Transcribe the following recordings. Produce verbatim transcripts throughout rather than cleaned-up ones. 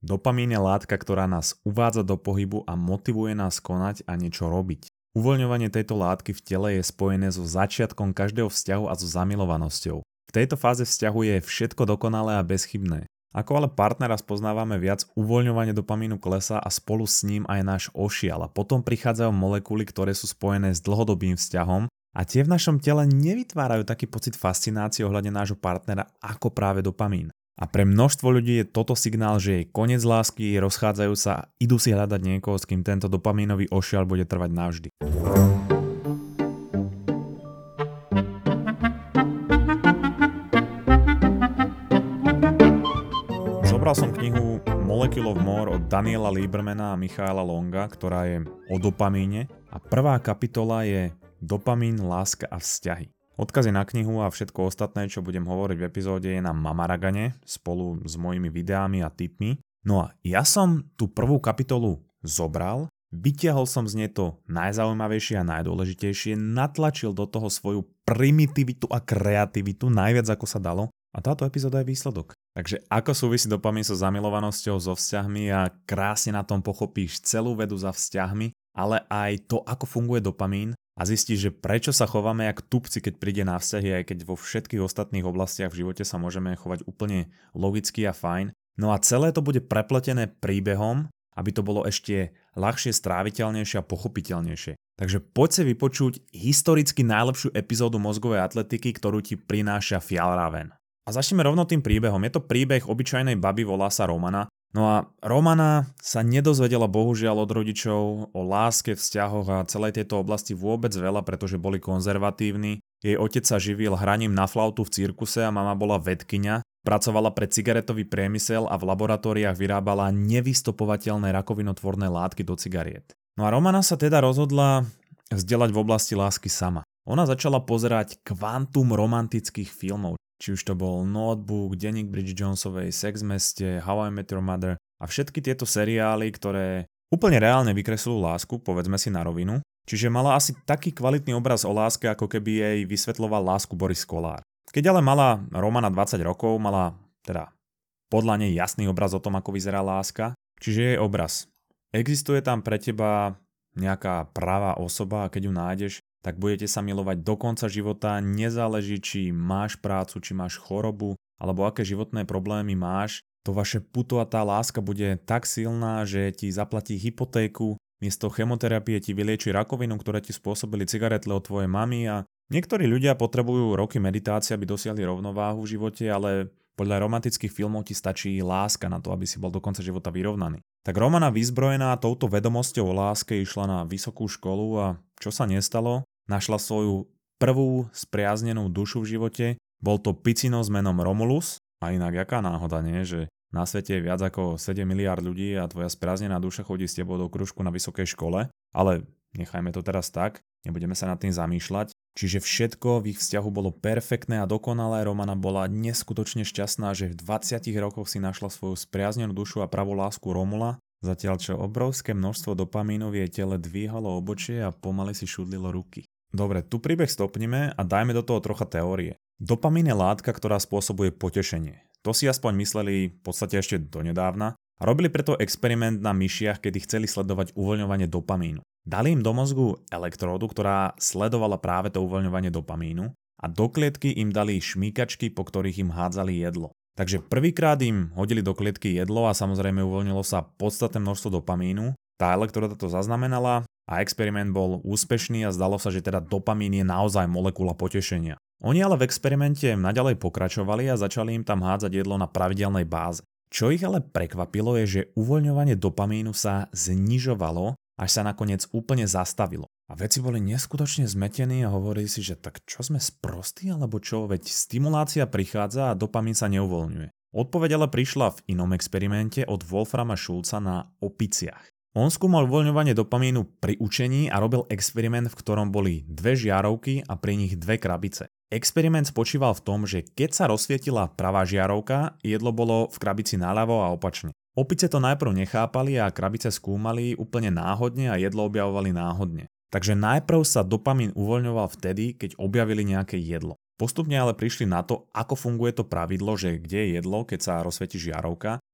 Dopamín je látka, ktorá nás uvádza do pohybu a motivuje nás konať a niečo robiť. Uvoľňovanie tejto látky v tele je spojené so začiatkom každého vzťahu a so zamilovanosťou. V tejto fáze vzťahu je všetko dokonalé a bezchybné. Ako ale partnera spoznávame viac, uvoľňovanie dopamínu klesá a spolu s ním aj náš ošial. A potom prichádzajú molekuly, ktoré sú spojené s dlhodobým vzťahom a tie v našom tele nevytvárajú taký pocit fascinácie ohľadne nášho partnera ako práve dopamín. A pre množstvo ľudí je toto signál, že je koniec lásky, rozchádzajú sa a idú si hľadať niekoho, s kým tento dopamínový ošial bude trvať navždy. Zobral som knihu Molecule of More od Daniela Liebermana a Michaela Longa, ktorá je o dopamíne a prvá kapitola je Dopamín, láska a vzťahy. Odkazy na knihu a všetko ostatné, čo budem hovoriť v epizóde, je na Mamaragane spolu s mojimi videami a tipmi. No a ja som tú prvú kapitolu zobral, vytiahol som z nej to najzaujímavejšie a najdôležitejšie, natlačil do toho svoju primitivitu a kreativitu najviac ako sa dalo a táto epizóda je výsledok. Takže ako súvisí dopamín so zamilovanosťou, so vzťahmi a krásne na tom pochopíš celú vedu za vzťahmi, ale aj to, ako funguje dopamín a zistíš, že prečo sa chováme jak tupci, keď príde na vzťahy, aj keď vo všetkých ostatných oblastiach v živote sa môžeme chovať úplne logicky a fajn. No a celé to bude prepletené príbehom, aby to bolo ešte ľahšie, stráviteľnejšie a pochopiteľnejšie. Takže poď si vypočuť historicky najlepšiu epizódu mozgovej atletiky, ktorú ti prináša Fjallraven. A začneme rovno tým príbehom. Je to príbeh obyčajnej baby, volá sa Romana. No a Romana sa nedozvedela bohužiaľ od rodičov o láske, vzťahoch a celej tejto oblasti vôbec veľa, pretože boli konzervatívni. Jej otec sa živil hraním na flautu v cirkuse a mama bola vedkyňa. Pracovala pre cigaretový priemysel a v laboratóriách vyrábala nevystopovateľné rakovinotvorné látky do cigariet. No a Romana sa teda rozhodla vzdelať v oblasti lásky sama. Ona začala pozerať kvantum romantických filmov. Či už to bol Notebook, Denník Bridget Jonesovej, Sex v meste, How I Met Your Mother a všetky tieto seriály, ktoré úplne reálne vykresľujú lásku, povedzme si na rovinu. Čiže mala asi taký kvalitný obraz o láske, ako keby jej vysvetľoval lásku Boris Kollár. Keď ale mala Romana dvadsať rokov, mala teda podľa nej jasný obraz o tom, ako vyzerá láska. Čiže jej obraz. Existuje tam pre teba nejaká pravá osoba a keď ju nájdeš, tak budete sa milovať do konca života, nezáleží, či máš prácu, či máš chorobu, alebo aké životné problémy máš. To vaše puto a tá láska bude tak silná, že ti zaplatí hypotéku, miesto chemoterapie ti vylieči rakovinu, ktoré ti spôsobili cigaretle od tvojej mamy a niektorí ľudia potrebujú roky meditácie, aby dosiahli rovnováhu v živote, ale podľa romantických filmov ti stačí láska na to, aby si bol do konca života vyrovnaný. Tak Romana vyzbrojená touto vedomosťou o láske išla na vysokú školu a čo sa nestalo? Našla svoju prvú spriaznenú dušu v živote. Bol to picino s menom Romulus. A inak jaká náhoda, nie? Že na svete je viac ako sedem miliárd ľudí a tvoja spriaznená duša chodí s tebou do krúžku na vysokej škole. Ale nechajme to teraz tak, nebudeme sa nad tým zamýšľať. Čiže všetko v ich vzťahu bolo perfektné a dokonalé. Romana bola neskutočne šťastná, že v dvadsiatich rokoch si našla svoju spriaznenú dušu a pravú lásku Romula. Zatiaľ čo obrovské množstvo dopamínu v jej tele dvíhalo obočie a pomaly si šudlilo ruky. Dobre, tu príbeh stopnime a dajme do toho trocha teórie. Dopamín je látka, ktorá spôsobuje potešenie. To si aspoň mysleli v podstate ešte donedávna a robili preto experiment na myšiach, kedy chceli sledovať uvoľňovanie dopamínu. Dali im do mozgu elektródu, ktorá sledovala práve to uvoľňovanie dopamínu a do klietky im dali šmýkačky, po ktorých im hádzali jedlo. Takže prvýkrát im hodili do klietky jedlo a samozrejme uvoľnilo sa podstatné množstvo dopamínu. Tá elektróda to zaznamenala a experiment bol úspešný a zdalo sa, že teda dopamín je naozaj molekula potešenia. Oni ale v experimente naďalej pokračovali a začali im tam hádzať jedlo na pravidelnej báze. Čo ich ale prekvapilo je, že uvoľňovanie dopamínu sa znižovalo, až sa nakoniec úplne zastavilo. A vedci boli neskutočne zmetení a hovorili si, že tak čo sme sprostí alebo čo, veď stimulácia prichádza a dopamín sa neuvoľňuje. Odpoveď ale prišla v inom experimente od Wolframa Schulza na opiciach. On skúmal uvoľňovanie dopamínu pri učení a robil experiment, v ktorom boli dve žiarovky a pri nich dve krabice. Experiment spočíval v tom, že keď sa rozsvietila pravá žiarovka, jedlo bolo v krabici naľavo a opačne. Opice to najprv nechápali a krabice skúmali úplne náhodne a jedlo objavovali náhodne. Takže najprv sa dopamín uvoľňoval vtedy, keď objavili nejaké jedlo. Postupne ale prišli na to, ako funguje to pravidlo, že kde je jedlo, keď sa rozsvieti žiarovka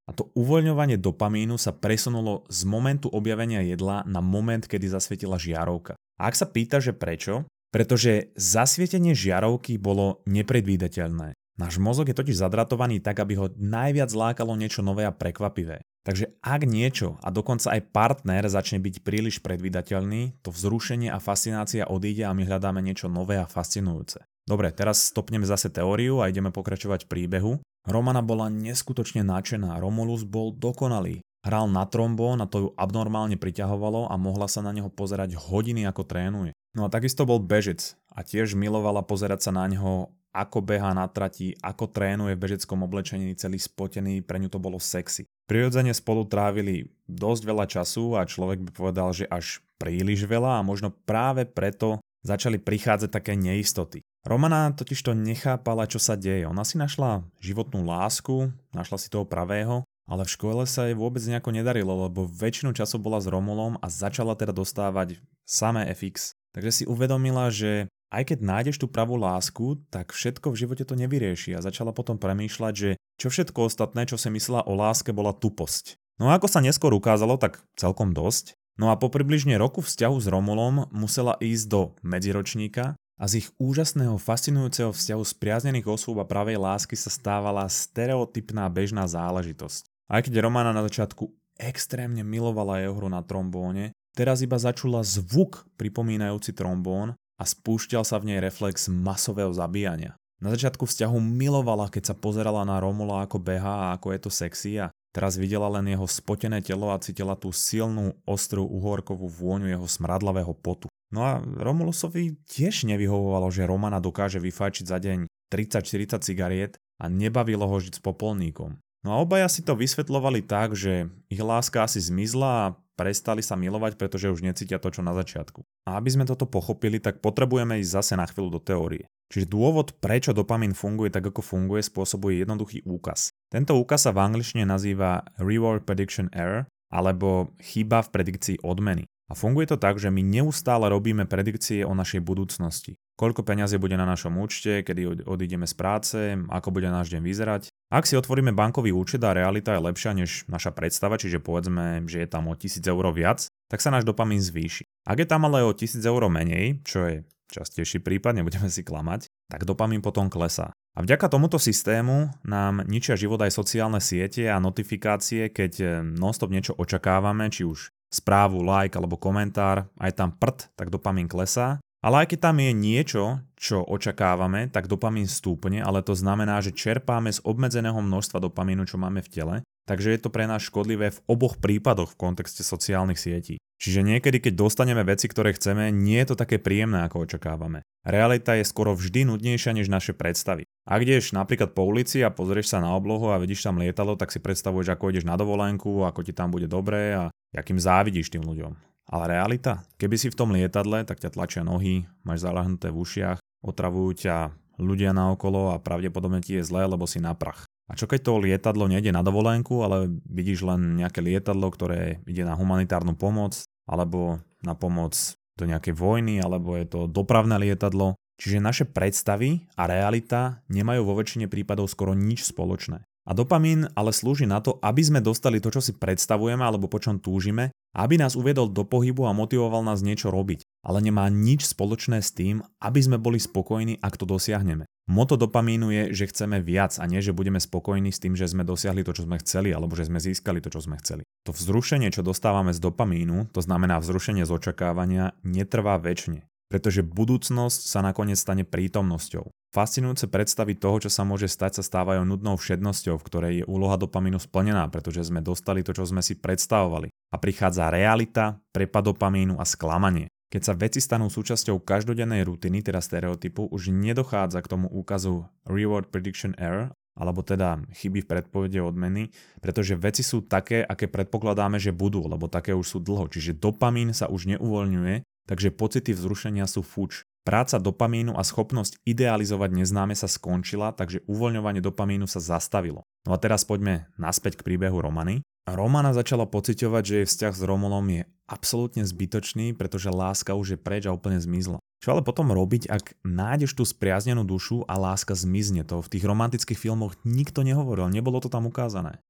A to uvoľňovanie dopamínu sa presunulo z momentu objavenia jedla na moment, kedy zasvietila žiarovka. A ak sa pýta, že prečo? Pretože zasvietenie žiarovky bolo nepredvídateľné. Náš mozog je totiž zadratovaný tak, aby ho najviac lákalo niečo nové a prekvapivé. Takže ak niečo a dokonca aj partner začne byť príliš predvídateľný, to vzrušenie a fascinácia odíde a my hľadáme niečo nové a fascinujúce. Dobre, teraz stopneme zase teóriu a ideme pokračovať v príbehu. Romana bola neskutočne nadšená, Romulus bol dokonalý. Hral na trombón a to ju abnormálne priťahovalo a mohla sa na neho pozerať hodiny ako trénuje. No a takisto bol bežec a tiež milovala pozerať sa na neho, ako behá na trati, ako trénuje v bežeckom oblečení celý spotený, pre ňu to bolo sexy. Prirodzene spolu trávili dosť veľa času a človek by povedal, že až príliš veľa a možno práve preto začali prichádzať také neistoty. Romana totiž to nechápala, čo sa deje. Ona si našla životnú lásku, našla si toho pravého, ale v škole sa jej vôbec nejako nedarilo, lebo väčšinu času bola s Romulom a začala teda dostávať samé ef iks. Takže si uvedomila, že aj keď nájdeš tú pravú lásku, tak všetko v živote to nevyrieši a začala potom premýšľať, že čo všetko ostatné, čo si myslela o láske, bola tuposť. No a ako sa neskôr ukázalo, tak celkom dosť. No a po približne roku vzťahu s Romulom musela ísť do medziročníka a z ich úžasného, fascinujúceho vzťahu spriaznených osôb a pravej lásky sa stávala stereotypná bežná záležitosť. Aj keď Romana na začiatku extrémne milovala jeho hru na trombóne, teraz iba začula zvuk pripomínajúci trombón a spúšťal sa v nej reflex masového zabíjania. Na začiatku vzťahu milovala, keď sa pozerala na Romula ako behá a ako je to sexy a teraz videla len jeho spotené telo a cítila tú silnú, ostrú uhorkovú vôňu jeho smradlavého potu. No a Romulusovi tiež nevyhovovalo, že Romana dokáže vyfajčiť za deň tridsať štyridsať cigariet a nebavilo ho žiť s popolníkom. No a obaja si to vysvetľovali tak, že ich láska asi zmizla a prestali sa milovať, pretože už necítia to, čo na začiatku. A aby sme toto pochopili, tak potrebujeme ísť zase na chvíľu do teórie. Čiže dôvod, prečo dopamín funguje tak, ako funguje, spôsobuje jednoduchý úkaz. Tento úkaz sa v angličtine nazýva Reward Prediction Error, alebo chyba v predikcii odmeny. A funguje to tak, že my neustále robíme predikcie o našej budúcnosti. Koľko peňazí bude na našom účte, kedy odídeme z práce, ako bude náš deň vyzerať. Ak si otvoríme bankový účet a realita je lepšia než naša predstava, čiže povedzme, že je tam o tisíc eur viac, tak sa náš dopamín zvýši. Ak je tam ale o tisíc eur menej, čo je častejší prípad, nebudeme si klamať, tak dopamín potom klesá. A vďaka tomuto systému nám ničia život aj sociálne siete a notifikácie, keď non-stop niečo očakávame, či už správu, like alebo komentár, aj tam prd, tak dopamín klesá. Ale aj keď tam je niečo, čo očakávame, tak dopamín stúpne, ale to znamená, že čerpáme z obmedzeného množstva dopamínu, čo máme v tele, takže je to pre nás škodlivé v oboch prípadoch v kontexte sociálnych sietí. Čiže niekedy, keď dostaneme veci, ktoré chceme, nie je to také príjemné, ako očakávame. Realita je skoro vždy nudnejšia než naše predstavy. Ak ideš napríklad po ulici a pozrieš sa na oblohu a vidíš tam lietadlo, tak si predstavuješ, ako ideš na dovolenku, ako ti tam bude dobré a akým závidíš tým ľuďom. Ale realita? Keby si v tom lietadle, tak ťa tlačia nohy, máš zaľahnuté v ušiach, otravujú ťa ľudia naokolo a pravdepodobne ti je zlé, lebo si na prach. A čo keď to lietadlo nejde na dovolenku, ale vidíš len nejaké lietadlo, ktoré ide na humanitárnu pomoc, alebo na pomoc do nejakej vojny, alebo je to dopravné lietadlo. Čiže naše predstavy a realita nemajú vo väčšine prípadov skoro nič spoločné. A dopamín ale slúži na to, aby sme dostali to, čo si predstavujeme alebo po čom túžime, aby nás uviedol do pohybu a motivoval nás niečo robiť. Ale nemá nič spoločné s tým, aby sme boli spokojní, ak to dosiahneme. Moto dopamínu je, že chceme viac a nie, že budeme spokojní s tým, že sme dosiahli to, čo sme chceli, alebo že sme získali to, čo sme chceli. To vzrušenie, čo dostávame z dopamínu, to znamená vzrušenie z očakávania, netrvá večne. Pretože budúcnosť sa nakoniec stane prítomnosťou. Fascinujúce predstavy toho, čo sa môže stať, sa stávajú nudnou všednosťou, v ktorej je úloha dopamínu splnená, pretože sme dostali to, čo sme si predstavovali. A prichádza realita, prepad dopamínu a sklamanie. Keď sa veci stanú súčasťou každodennej rutiny, teda stereotypu, už nedochádza k tomu úkazu Reward Prediction Error, alebo teda chyby v predpovede odmeny, pretože veci sú také, aké predpokladáme, že budú, lebo také už sú dlho. Čiže dopamín sa už neuvoľňuje, takže pocity vzrušenia sú fuč. Práca dopamínu a schopnosť idealizovať neznáme sa skončila, takže uvoľňovanie dopamínu sa zastavilo. No a teraz poďme naspäť k príbehu Romany. Romana začala pociťovať, že jej vzťah s Romulom je absolútne zbytočný, pretože láska už je preč a úplne zmizla. Čo ale potom robiť, ak nájdeš tú spriaznenú dušu a láska zmizne? To v tých romantických filmoch nikto nehovoril, nebolo to tam ukázané.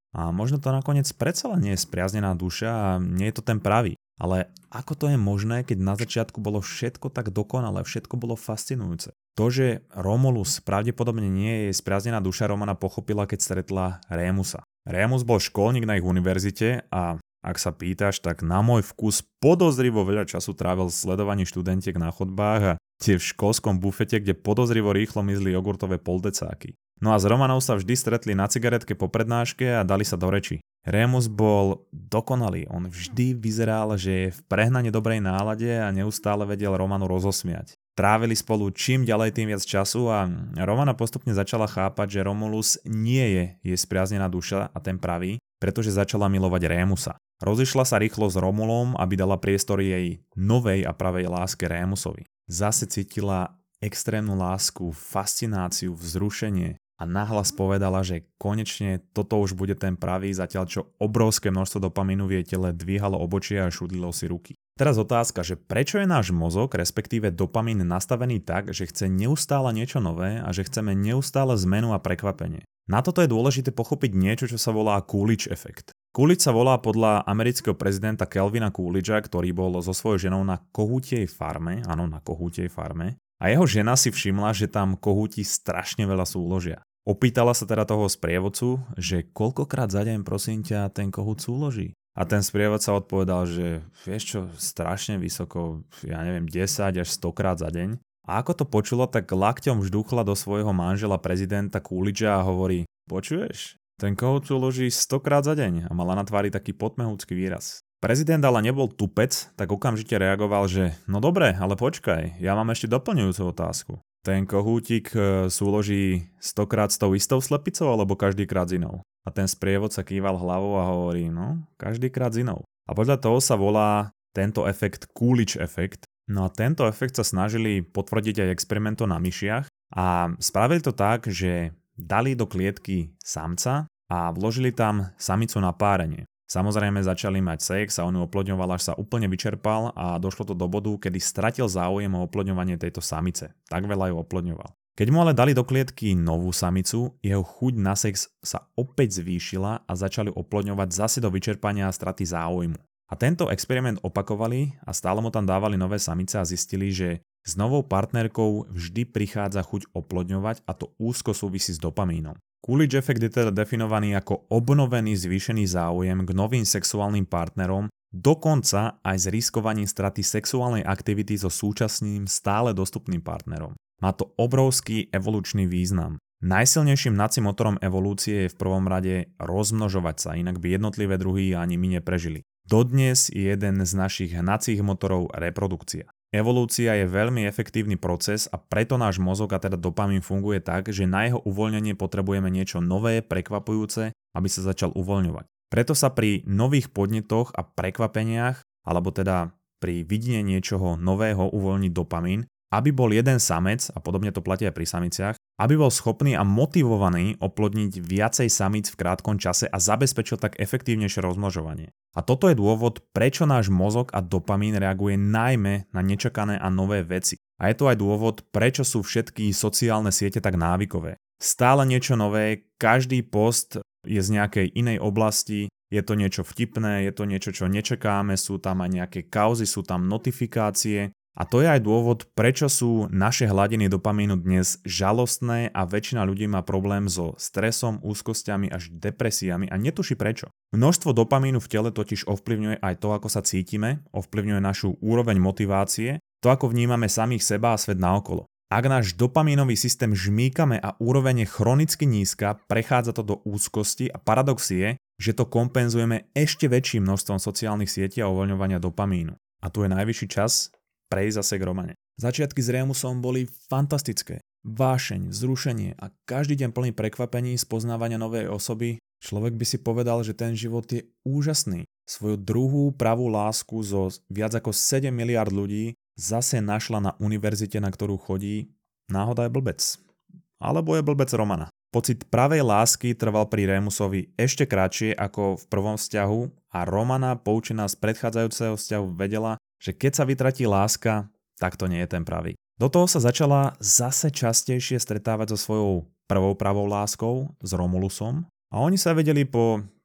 A možno to nakoniec predsa len nie je spriaznená duša a nie je to ten pravý. Ale ako to je možné, keď na začiatku bolo všetko tak dokonalé, všetko bolo fascinujúce? To, že Romulus pravdepodobne nie je spriaznená duša, Romana pochopila, keď stretla Remusa. Remus bol školník na ich univerzite a ak sa pýtaš, tak na môj vkus podozrivo veľa času trávil sledovaní študentiek na chodbách a tie v školskom bufete, kde podozrivo rýchlo mizli jogurtové poldecáky. No a s Romanou sa vždy stretli na cigaretke po prednáške a dali sa do reči. Remus bol dokonalý, on vždy vyzeral, že je v prehnane dobrej nálade a neustále vedel Romanu rozosmiať. Trávili spolu čím ďalej tým viac času a Romana postupne začala chápať, že Romulus nie je jej spriaznená duša a ten pravý, pretože začala milovať Remusa. Rozišla sa rýchlo s Romulom, aby dala priestor jej novej a pravej láske Remusovi. Zase cítila extrémnu lásku, fascináciu, vzrušenie a nahlas povedala, že konečne toto už bude ten pravý, zatiaľ čo obrovské množstvo dopamínu v jej tele dvíhalo obočia a šudlilo si ruky. Teraz otázka, že prečo je náš mozog, respektíve dopamín nastavený tak, že chce neustále niečo nové a že chceme neustále zmenu a prekvapenie. Na toto je dôležité pochopiť niečo, čo sa volá Coolidge efekt. Coolidge sa volá podľa amerického prezidenta Calvina Coolidgea, ktorý bol so svojou ženou na kohútiej farme, áno, na kohútiej farme, a jeho žena si všimla, že tam kohúti strašne veľa súložia. Opýtala sa teda toho sprievodcu, že koľkokrát za deň prosím ťa ten kohút súloží. A ten sprievodca odpovedal, že vieš čo, strašne vysoko, ja neviem, desať až sto krát za deň. A ako to počula, tak lakťom vždúchla do svojho manžela prezidenta Coolidgea a hovorí, počuješ, ten kohút súloží sto krát za deň a mala na tvári taký potmehúcky výraz. Prezident ale nebol tupec, tak okamžite reagoval, že no dobre, ale počkaj, ja mám ešte doplňujúcu otázku. Ten kohútik súloží stokrát s tou istou slepicou alebo každýkrát s inou? A ten sprievodca kýval hlavou a hovorí, no, každýkrát s inou. A podľa toho sa volá tento efekt Coolidge efekt. No a tento efekt sa snažili potvrdiť aj experimentom na myšiach a spravili to tak, že dali do klietky samca a vložili tam samicu na párenie. Samozrejme začali mať sex a on ju oplodňoval, až sa úplne vyčerpal a došlo to do bodu, kedy stratil záujem o oplodňovanie tejto samice. Tak veľa ju oplodňoval. Keď mu ale dali do klietky novú samicu, jeho chuť na sex sa opäť zvýšila a začali oplodňovať zase do vyčerpania a straty záujmu. A tento experiment opakovali a stále mu tam dávali nové samice a zistili, že s novou partnerkou vždy prichádza chuť oplodňovať a to úzko súvisí s dopamínom. Coolidge efekt je teda definovaný ako obnovený zvýšený záujem k novým sexuálnym partnerom, dokonca aj s riskovaním straty sexuálnej aktivity so súčasným stále dostupným partnerom. Má to obrovský evolučný význam. Najsilnejším hnacím motorom evolúcie je v prvom rade rozmnožovať sa, inak by jednotlivé druhy ani my neprežili. Dodnes je jeden z našich hnacích motorov reprodukcia. Evolúcia je veľmi efektívny proces a preto náš mozog a teda dopamín funguje tak, že na jeho uvoľnenie potrebujeme niečo nové, prekvapujúce, aby sa začal uvoľňovať. Preto sa pri nových podnetoch a prekvapeniach, alebo teda pri videní niečoho nového uvoľní dopamín, aby bol jeden samec, a podobne to platí aj pri samiciach, aby bol schopný a motivovaný oplodniť viacej samíc v krátkom čase a zabezpečil tak efektívnejšie rozmnožovanie. A toto je dôvod, prečo náš mozog a dopamín reaguje najmä na nečakané a nové veci. A je to aj dôvod, prečo sú všetky sociálne siete tak návykové. Stále niečo nové, každý post je z nejakej inej oblasti, je to niečo vtipné, je to niečo, čo nečakáme, sú tam aj nejaké kauzy, sú tam notifikácie. A to je aj dôvod, prečo sú naše hladiny dopamínu dnes žalostné a väčšina ľudí má problém so stresom, úzkosťami až depresiami a netuší prečo. Množstvo dopamínu v tele totiž ovplyvňuje aj to, ako sa cítime, ovplyvňuje našu úroveň motivácie, to ako vnímame samých seba a svet naokolo. Ak náš dopamínový systém žmýkame a úroveň je chronicky nízka, prechádza to do úzkosti a paradox je, že to kompenzujeme ešte väčším množstvom sociálnych sietí a uvoľňovania dopamínu. A tu je najvyšší čas prejsť zase k Romane. Začiatky s Remusom boli fantastické. Vášeň, vzrušenie a každý deň plný prekvapení spoznávania novej osoby. Človek by si povedal, že ten život je úžasný. Svoju druhú pravú lásku zo viac ako sedem miliárd ľudí zase našla na univerzite, na ktorú chodí. Náhoda je blbec. Alebo je blbec Romana. Pocit pravej lásky trval pri Remusovi ešte kratšie ako v prvom vzťahu a Romana, poučená z predchádzajúceho vzťahu, vedela, že keď sa vytratí láska, tak to nie je ten pravý. Do toho sa začala zase častejšie stretávať so svojou prvou pravou láskou, s Romulusom, a oni sa vedeli po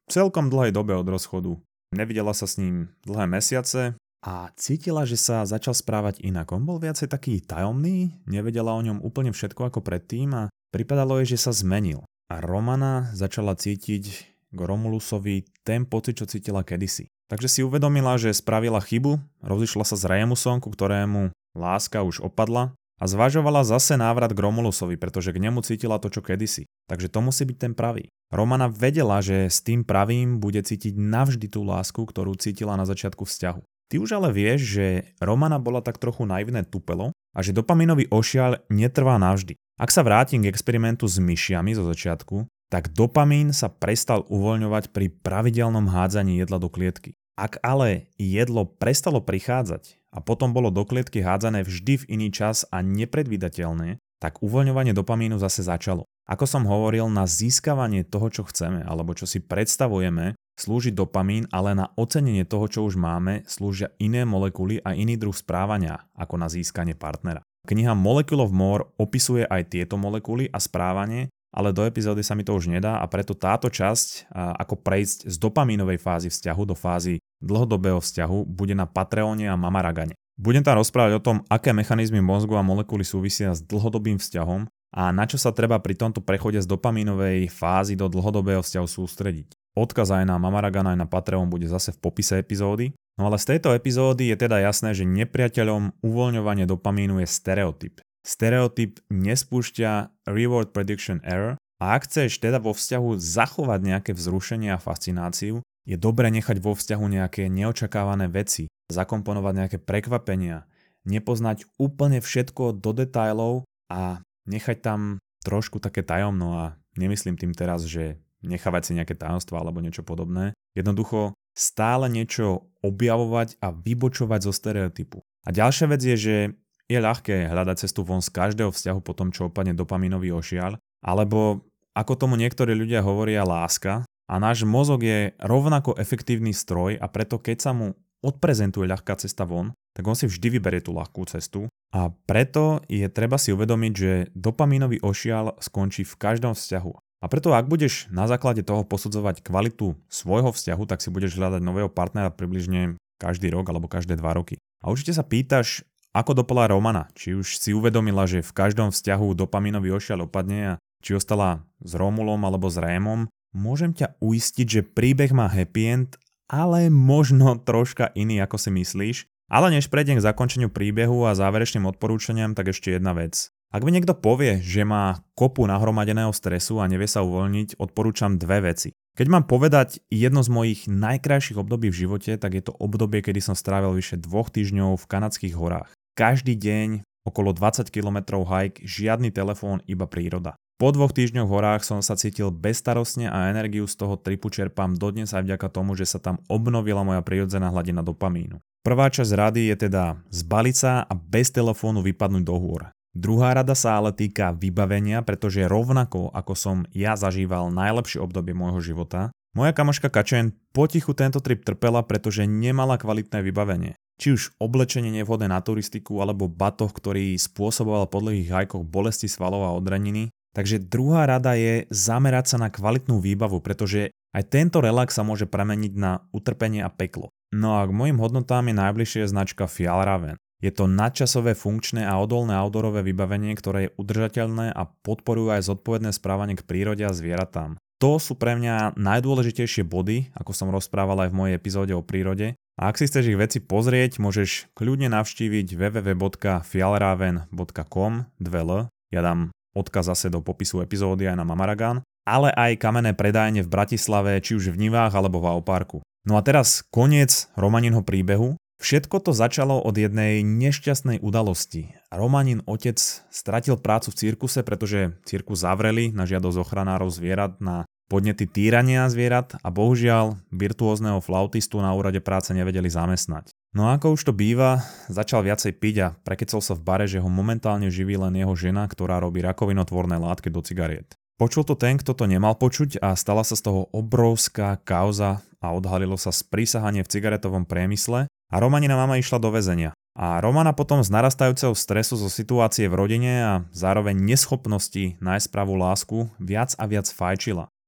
celkom dlhej dobe od rozchodu. Nevidela sa s ním dlhé mesiace a cítila, že sa začal správať inak. On bol viacej taký tajomný, nevedela o ňom úplne všetko ako predtým a pripadalo jej, že sa zmenil. A Romana začala cítiť k Romulusovi ten pocit, čo cítila kedysi. Takže si uvedomila, že spravila chybu, rozišla sa s Remusom, ku ktorému láska už opadla a zvažovala zase návrat k Romulusovi, pretože k nemu cítila to, čo kedysi. Takže to musí byť ten pravý. Romana vedela, že s tým pravým bude cítiť navždy tú lásku, ktorú cítila na začiatku vzťahu. Ty už ale vieš, že Romana bola tak trochu naivné tupelo a že dopamínový ošiaľ netrvá navždy. Ak sa vrátim k experimentu s myšiami zo začiatku, tak dopamín sa prestal uvoľňovať pri pravidelnom hádzaní jedla do klietky. Ak ale jedlo prestalo prichádzať a potom bolo do klietky hádzané vždy v iný čas a nepredvídateľné, tak uvoľňovanie dopamínu zase začalo. Ako som hovoril, na získavanie toho, čo chceme alebo čo si predstavujeme, slúži dopamín, ale na ocenenie toho, čo už máme, slúžia iné molekuly a iný druh správania ako na získanie partnera. Kniha Molecule of More opisuje aj tieto molekuly a správanie, ale do epizódy sa mi to už nedá a preto táto časť, ako prejsť z dopamínovej fázy vzťahu do fázy dlhodobého vzťahu, bude na Patreone a Mamaragane. Budem tam rozprávať o tom, aké mechanizmy mozgu a molekuly súvisia s dlhodobým vzťahom a na čo sa treba pri tomto prechode z dopamínovej fázy do dlhodobého vzťahu sústrediť. Odkaz aj na Mamaragana aj na Patreon bude zase v popise epizódy. No ale z tejto epizódy je teda jasné, že nepriateľom uvoľňovania dopamínu je stereotyp. Stereotyp nespúšťa reward prediction error a ak chceš teda vo vzťahu zachovať nejaké vzrušenie a fascináciu, je dobre nechať vo vzťahu nejaké neočakávané veci, zakomponovať nejaké prekvapenia, nepoznať úplne všetko do detailov a nechať tam trošku také tajomno a nemyslím tým teraz, že nechávať si nejaké tajomstvá alebo niečo podobné. Jednoducho stále niečo objavovať a vybočovať zo stereotypu. A ďalšia vec je, že je ľahké hľadať cestu von z každého vzťahu po tom, čo opadne dopamínový ošiaľ, alebo ako tomu niektorí ľudia hovoria láska a náš mozog je rovnako efektívny stroj a preto keď sa mu odprezentuje ľahká cesta von, tak on si vždy vyberie tú ľahkú cestu a preto je treba si uvedomiť, že dopamínový ošiaľ skončí v každom vzťahu. A preto ak budeš na základe toho posudzovať kvalitu svojho vzťahu, tak si budeš hľadať nového partnera približne každý rok alebo každé dva roky. A určite sa pýtaš, ako dopadla Romana, či už si uvedomila, že v každom vzťahu dopamínový ošiaľ opadne a či ostala s Romulom alebo s Rémom. Môžem ťa uistiť, že príbeh má happy end, ale možno troška iný, ako si myslíš. Ale než prejdem k zakončeniu príbehu a záverečným odporúčaniam, tak ešte jedna vec. Ak mi niekto povie, že má kopu nahromadeného stresu a nevie sa uvoľniť, odporúčam dve veci. Keď mám povedať jedno z mojich najkrajších období v živote, tak je to obdobie, kedy som strávil vyše dvoch týždňov v kanadských horách. Každý deň okolo dvadsať kilometrov hike, žiadny telefón, iba príroda. Po dvoch týždňoch v horách som sa cítil bezstarostne a energiu z toho tripu čerpám dodnes aj vďaka tomu, že sa tam obnovila moja prirodzená hladina dopamínu. Prvá časť rady je teda zbaliť sa a bez telefónu vypadnúť do hôr. Druhá rada sa ale týka vybavenia, pretože rovnako ako som ja zažíval najlepšie obdobie môjho života, moja kamoška Kačen potichu tento trip trpela, pretože nemala kvalitné vybavenie. Či už oblečenie nevhodné na turistiku alebo batoh, ktorý spôsoboval po dlhých hajkoch bolesti svalov a odraniny. Takže druhá rada je zamerať sa na kvalitnú výbavu, pretože aj tento relax sa môže premeniť na utrpenie a peklo. No a k mojim hodnotám je najbližšie značka Fjällräven. Je to nadčasové, funkčné a odolné outdoorové vybavenie, ktoré je udržateľné a podporujú aj zodpovedné správanie k prírode a zvieratám. To sú pre mňa najdôležitejšie body, ako som rozprával aj v mojej epizóde o prírode. A ak si chceš ich veci pozrieť, môžeš kľudne navštíviť w w w bodka fjällräven bodka com dve l. Ja dám odkaz zase do popisu epizódy aj na Mamaragan, ale aj kamenné predajne v Bratislave, či už v Nivách alebo v Auparku. No a teraz koniec Romaninho príbehu. Všetko to začalo od jednej nešťastnej udalosti. Romanin otec stratil prácu v cirkuse, pretože cirkus zavreli na žiadosť ochranárov zvierat na podnety týrania zvierat a bohužiaľ virtuózneho flautistu na úrade práce nevedeli zamestnať. No a ako už to býva, začal viacej piť a prekecol sa v bare, že ho momentálne živí len jeho žena, ktorá robí rakovinotvorné látky do cigariet. Počul to ten, kto to nemal počuť a stala sa z toho obrovská kauza a odhalilo sa sprísahanie v cigaretovom priemysle a Romanina mama išla do väzenia. A Romana potom z narastajúceho stresu zo situácie v rodine a zároveň neschopnosti nájsť pravú lásku viac a viac fajčila.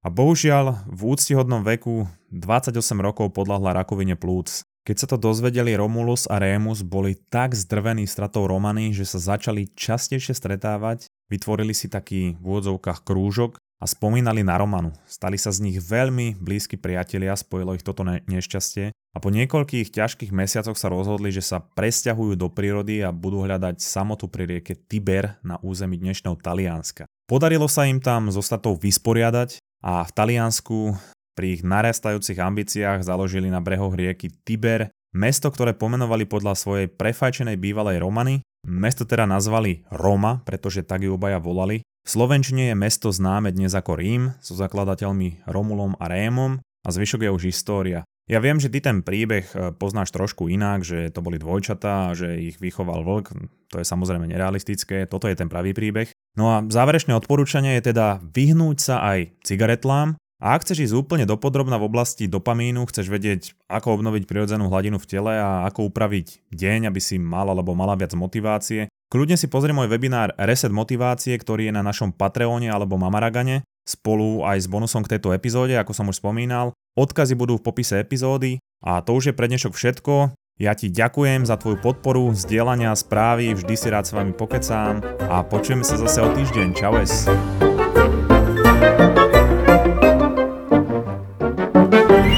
a bohužiaľ v úctihodnom veku dvadsaťosem rokov podľahla rakovine plúc. Keď sa to dozvedeli, Romulus a Remus boli tak zdrvení stratou Romany, že sa začali častejšie stretávať, vytvorili si taký v úvodzovkách krúžok a spomínali na Romanu. Stali sa z nich veľmi blízki priatelia, spojilo ich toto ne- nešťastie a po niekoľkých ťažkých mesiacoch sa rozhodli, že sa presťahujú do prírody a budú hľadať samotu pri rieke Tiber na území dnešného Talianska. Podarilo sa im tam so stratou vysporiadať a v Taliansku pri ich narastajúcich ambíciách založili na brehoch rieky Tiber mesto, ktoré pomenovali podľa svojej prefajčenej bývalej Romany. Mesto teda nazvali Roma, pretože tak ju obaja volali. V slovenčine je mesto známe dnes ako Rím, so zakladateľmi Romulom a Rémom a zvyšok je už história. Ja viem, že ty ten príbeh poznáš trošku inak, že to boli dvojčatá a že ich vychoval vlk. To je samozrejme nerealistické, toto je ten pravý príbeh. No a záverečné odporúčanie je teda vyhnúť sa aj cigaretlám. A ak chceš ísť úplne dopodrobna v oblasti dopamínu, chceš vedieť, ako obnoviť prirodzenú hladinu v tele a ako upraviť deň, aby si mal alebo mala viac motivácie, kľudne si pozri môj webinár Reset motivácie, ktorý je na našom Patreone alebo Mamaragane, spolu aj s bonusom k tejto epizóde, ako som už spomínal. Odkazy budú v popise epizódy a to už je pre dnešok všetko. Ja ti ďakujem za tvoju podporu, zdieľania, správy, vždy si rád s vami pokecám a počujeme sa zase o týždeň. Čaues.